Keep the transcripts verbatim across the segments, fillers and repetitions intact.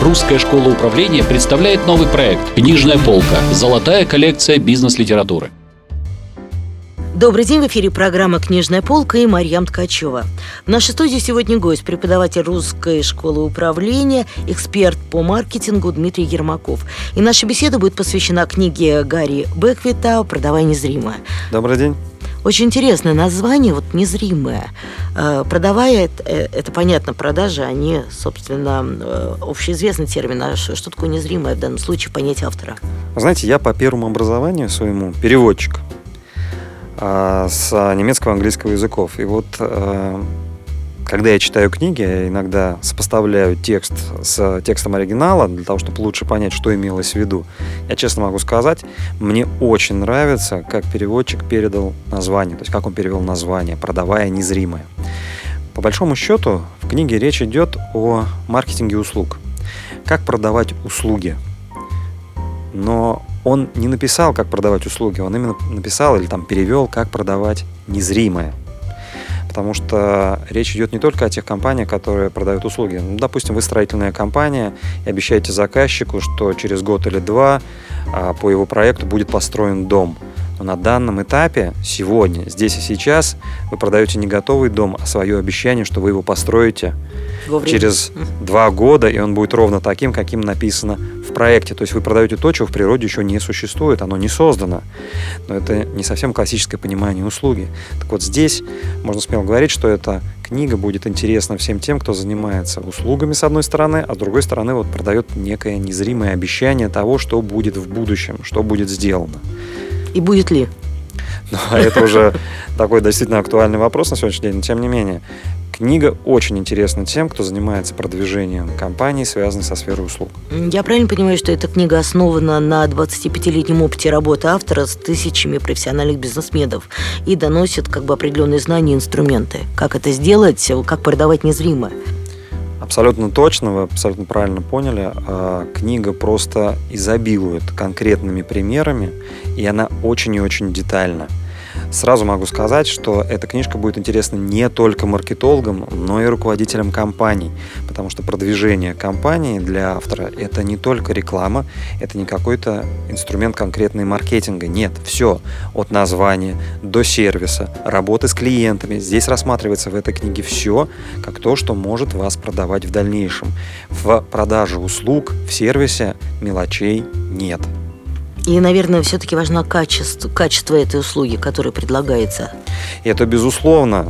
Русская школа управления представляет новый проект «Книжная полка. Золотая коллекция бизнес-литературы». Добрый день, в эфире программа «Книжная полка» и Марьям Ткачева. В нашей студии сегодня гость, преподаватель Русской школы управления, эксперт по маркетингу Дмитрий Ермаков. И наша беседа будет посвящена книге Гарри Беквита «Продавай незримое». Добрый день. Очень интересное название, вот «незримое». Продавая, это понятно, продажи, они, собственно, общеизвестный термин. А что такое незримое в данном случае в понятии автора? Вы знаете, я по первому образованию своему переводчик с немецкого и английского языков. И вот когда я читаю книги, я иногда сопоставляю текст с текстом оригинала для того, чтобы лучше понять, что имелось в виду. Я честно могу сказать, мне очень нравится, как переводчик передал название, то есть как он перевел название «Продавая незримое». По большому счету, в книге речь идет о маркетинге услуг. Как продавать услуги. Но он не написал, как продавать услуги, он именно написал или там перевел, как продавать незримое. Потому что речь идет не только о тех компаниях, которые продают услуги. Ну, допустим, вы строительная компания и обещаете заказчику, что через год или два а, по его проекту будет построен дом. Но на данном этапе, сегодня, здесь и сейчас, вы продаете не готовый дом, а свое обещание, что вы его построите через два года, и он будет ровно таким, каким написано в проекте. То есть вы продаете то, чего в природе еще не существует, оно не создано. Но это не совсем классическое понимание услуги. Так вот здесь можно смело говорить, что эта книга будет интересна всем тем, кто занимается услугами с одной стороны, а с другой стороны вот продает некое незримое обещание того, что будет в будущем, что будет сделано. И будет ли? Ну, это уже такой действительно актуальный вопрос на сегодняшний день, но тем не менее. Книга очень интересна тем, кто занимается продвижением компаний, связанных со сферой услуг. Я правильно понимаю, что эта книга основана на двадцатипятилетнем опыте работы автора с тысячами профессиональных бизнесменов и доносит как бы определенные знания и инструменты. Как это сделать, как продавать незримое? Абсолютно точно, вы абсолютно правильно поняли. Книга просто изобилует конкретными примерами, и она очень и очень детальна. Сразу могу сказать, что эта книжка будет интересна не только маркетологам, но и руководителям компаний, потому что продвижение компании для автора – это не только реклама, это не какой-то инструмент конкретный маркетинга. Нет, все, от названия до сервиса, работы с клиентами. Здесь рассматривается в этой книге все, как то, что может вас продавать в дальнейшем. В продаже услуг, в сервисе мелочей нет. И, наверное, все-таки важно качество, качество этой услуги, которая предлагается. И это безусловно,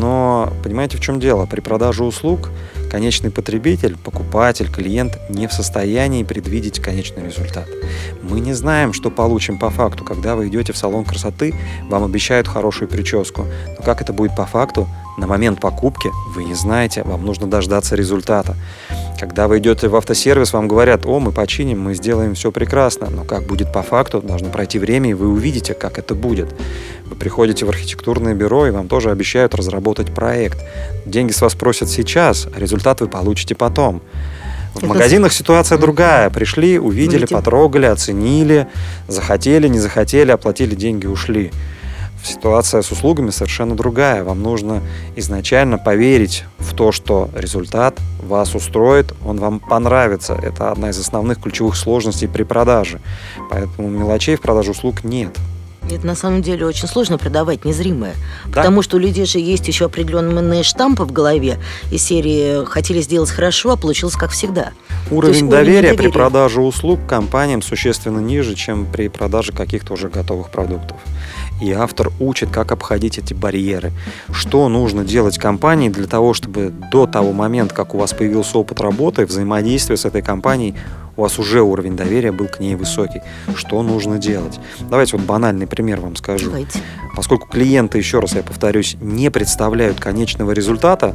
но понимаете, в чем дело? При продаже услуг конечный потребитель, покупатель, клиент не в состоянии предвидеть конечный результат. Мы не знаем, что получим по факту. Когда вы идете в салон красоты, вам обещают хорошую прическу. Но как это будет по факту? На момент покупки вы не знаете, вам нужно дождаться результата. Когда вы идете в автосервис, вам говорят: о, мы починим, мы сделаем все прекрасно. Но как будет по факту, должно пройти время, и вы увидите, как это будет. Вы приходите в архитектурное бюро, и вам тоже обещают разработать проект. Деньги с вас просят сейчас, а результат вы получите потом. В это... магазинах ситуация другая. Пришли, увидели, Видите? потрогали, оценили, захотели, не захотели, оплатили деньги, ушли. Ситуация с услугами совершенно другая. Вам нужно изначально поверить в то, что результат вас устроит, он вам понравится. Это одна из основных ключевых сложностей при продаже. Поэтому мелочей в продаже услуг нет. Это на самом деле очень сложно продавать незримое, да? Потому что у людей же есть еще определенные штампы в голове из серии «хотели сделать хорошо, а получилось как всегда». Уровень доверия при продаже услуг компаниям существенно ниже, чем при продаже каких-то уже готовых продуктов. И автор учит, как обходить эти барьеры. Что нужно делать компании для того, чтобы до того момента, как у вас появился опыт работы, взаимодействия с этой компанией, у вас уже уровень доверия был к ней высокий. Что нужно делать? Давайте вот банальный пример вам скажу. Давайте. Поскольку клиенты, еще раз я повторюсь, не представляют конечного результата,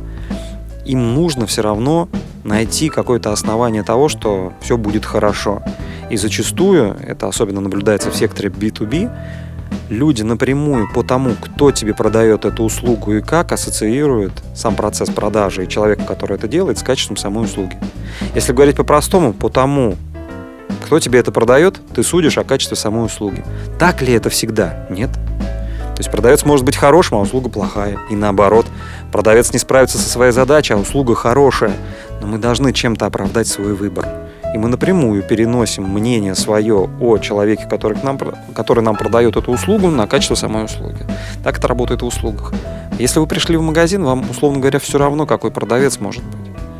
им нужно все равно найти какое-то основание того, что все будет хорошо. И зачастую, это особенно наблюдается в секторе би ту би, люди напрямую по тому, кто тебе продает эту услугу и как, ассоциируют сам процесс продажи и человека, который это делает, с качеством самой услуги. Если говорить по-простому, по тому, кто тебе это продает, ты судишь о качестве самой услуги. Так ли это всегда? Нет. То есть продавец может быть хорошим, а услуга плохая. И наоборот, продавец не справится со своей задачей, а услуга хорошая. Но мы должны чем-то оправдать свой выбор. и мы напрямую переносим мнение свое о человеке, который, к нам, который нам продает эту услугу, на качество самой услуги. Так это работает в услугах. Если вы пришли в магазин, вам, условно говоря, все равно, какой продавец может быть.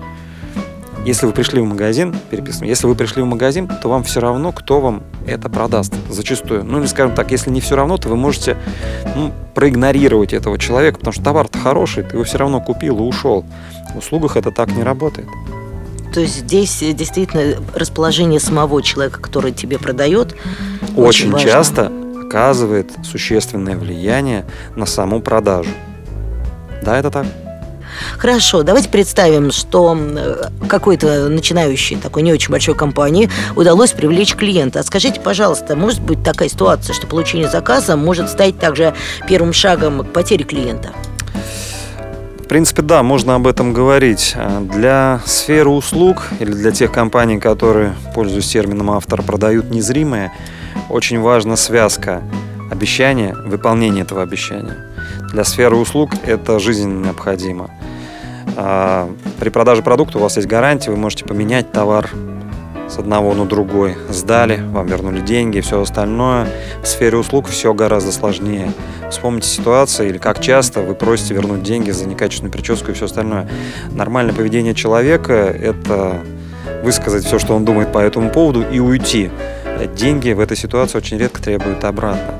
Если вы пришли в магазин, переписано, если вы пришли в магазин, то вам все равно, кто вам это продаст. Зачастую. Ну или, скажем так, если не все равно, то вы можете ну, проигнорировать этого человека, потому что товар-то хороший, ты его все равно купил и ушел. В услугах это так не работает. То есть здесь действительно расположение самого человека, который тебе продает, очень, очень важно. часто оказывает существенное влияние на саму продажу. Да, это так. Хорошо, давайте представим, что какой-то начинающей, такой не очень большой компании удалось привлечь клиента. А скажите, пожалуйста, может быть такая ситуация, что получение заказа может стать также первым шагом к потере клиента? В принципе, да, можно об этом говорить. Для сферы услуг или для тех компаний, которые, пользуясь термином автора, продают незримое, очень важна связка обещания, выполнения этого обещания. Для сферы услуг это жизненно необходимо. При продаже продукта у вас есть гарантия, вы можете поменять товар с одного на другой. Сдали, вам вернули деньги и все остальное. В сфере услуг все гораздо сложнее. Вспомните ситуацию или как часто вы просите вернуть деньги за некачественную прическу и все остальное. Нормальное поведение человека – это высказать все, что он думает по этому поводу, и уйти. Деньги в этой ситуации очень редко требуют обратно.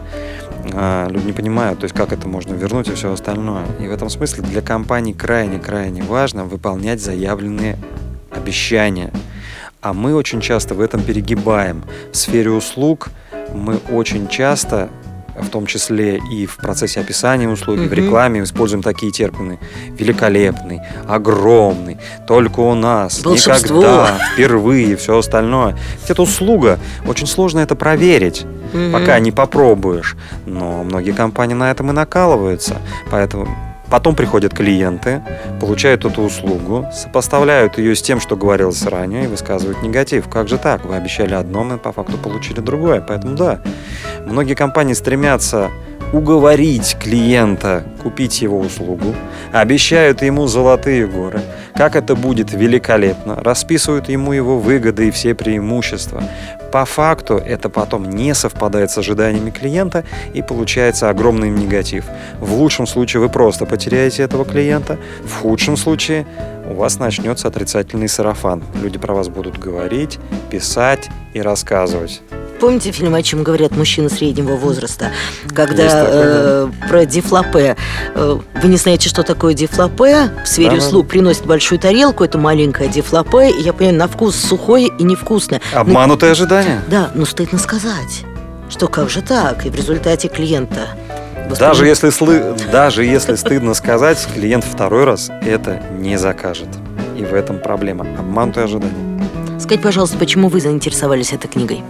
Люди не понимают, то есть как это можно вернуть и все остальное. И в этом смысле для компаний крайне-крайне важно выполнять заявленные обещания. А мы очень часто в этом перегибаем. В сфере услуг мы очень часто, в том числе и в процессе описания услуги, mm-hmm. в рекламе, используем такие термины: великолепный, огромный, только у нас, волшебство. Никогда, впервые, все остальное. Ведь это услуга, очень сложно это проверить, mm-hmm. пока не попробуешь. Но многие компании на этом и накалываются, поэтому... Потом приходят клиенты, получают эту услугу, сопоставляют ее с тем, что говорилось ранее, и высказывают негатив. Как же так? Вы обещали одно, мы по факту получили другое. Поэтому да, многие компании стремятся уговорить клиента купить его услугу, обещают ему золотые горы, как это будет великолепно, расписывают ему его выгоды и все преимущества. По факту это потом не совпадает с ожиданиями клиента и получается огромный негатив. В лучшем случае вы просто потеряете этого клиента, в худшем случае у вас начнется отрицательный сарафан. Люди про вас будут говорить, писать и рассказывать. Помните фильм «О чем говорят мужчины среднего возраста», когда такой, э, про дефлопе? Э, вы не знаете, что такое дефлопе? В сфере да, услуг приносят большую тарелку, это маленькое дефлопе, и я понимаю, на вкус сухое и невкусное. Обманутые но, ожидания. Да, но стыдно сказать, что как же так? И в результате клиента... Даже если, слы... Даже если стыдно сказать, клиент второй раз это не закажет. И в этом проблема. Обманутые ожидания. Скажите, пожалуйста, почему вы заинтересовались этой книгой?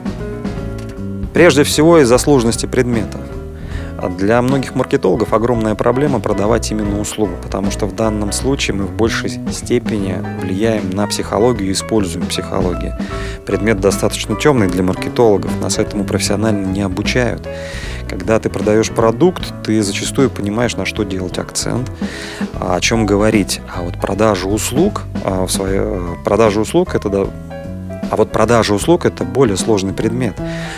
Прежде всего из-за сложности предмета. Для многих маркетологов огромная проблема продавать именно услугу, потому что в данном случае мы в большей степени влияем на психологию и используем психологию. Предмет достаточно темный для маркетологов, нас этому профессионально не обучают. Когда ты продаешь продукт, ты зачастую понимаешь, на что делать акцент, о чем говорить. А вот продажа услуг, в своей, продажа услуг это да, А вот продажа услуг – это более сложный предмет.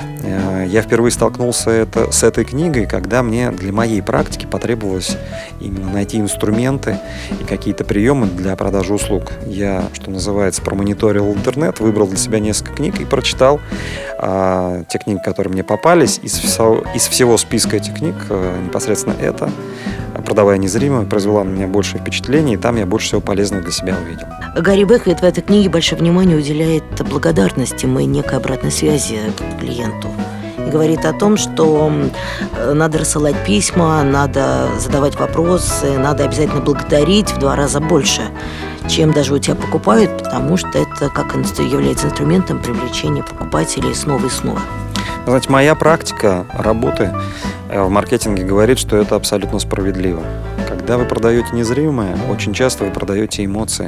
Я впервые столкнулся это, с этой книгой, когда мне для моей практики потребовалось именно найти инструменты и какие-то приемы для продажи услуг. Я, что называется, промониторил интернет, выбрал для себя несколько книг и прочитал а, те книги, которые мне попались. Из, всего, из всего списка этих книг а, непосредственно это «Продавая незримое» произвела на меня большее впечатление, и там я больше всего полезного для себя увидел. Гарри Беккет в этой книге большое внимание уделяет благодарности и некой обратной связи клиенту. И говорит о том, что надо рассылать письма, надо задавать вопросы, надо обязательно благодарить в два раза больше, чем даже у тебя покупают, потому что это как является инструментом привлечения покупателей снова и снова. Знаете, моя практика работы в маркетинге говорит, что это абсолютно справедливо. Когда вы продаете незримое, очень часто вы продаете эмоции.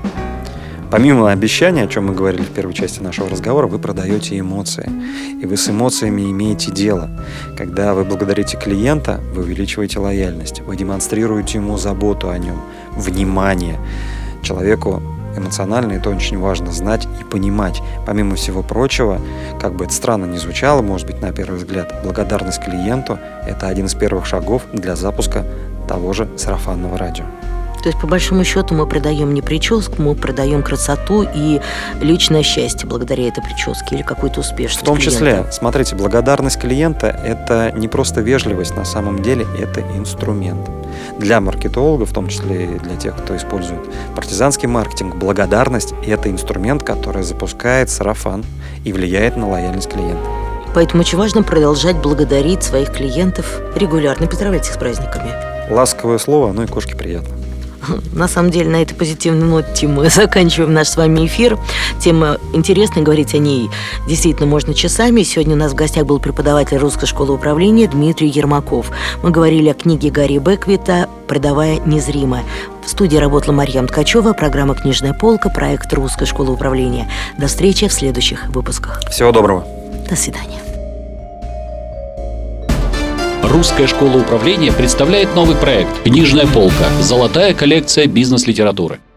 Помимо обещания, о чем мы говорили в первой части нашего разговора, вы продаете эмоции. И вы с эмоциями имеете дело. Когда вы благодарите клиента, вы увеличиваете лояльность, вы демонстрируете ему заботу о нем, внимание. Человеку эмоционально это очень важно знать и понимать. Помимо всего прочего, как бы это странно ни звучало, может быть, на первый взгляд, благодарность клиенту – это один из первых шагов для запуска того же сарафанного радио. То есть, по большому счету, мы продаем не прическу, мы продаем красоту и личное счастье благодаря этой прическе или какую-то успешность В том числе, клиента. смотрите, благодарность клиента – это не просто вежливость, на самом деле это инструмент. Для маркетологов, в том числе и для тех, кто использует партизанский маркетинг, благодарность – это инструмент, который запускает сарафан и влияет на лояльность клиента. Поэтому очень важно продолжать благодарить своих клиентов регулярно, поздравлять их с праздниками. Ласковое слово, оно и кошке приятно. На самом деле, на этой позитивной ноте мы заканчиваем наш с вами эфир. Тема интересная, говорить о ней действительно можно часами. Сегодня у нас в гостях был преподаватель Русской школы управления Дмитрий Ермаков. Мы говорили о книге Гарри Беквита «Продавая незримо». В студии работала Марьям Ткачева, программа «Книжная полка», проект Русской школы управления. До встречи в следующих выпусках. Всего доброго. До свидания. Русская школа управления представляет новый проект «Книжная полка. Золотая коллекция бизнес-литературы».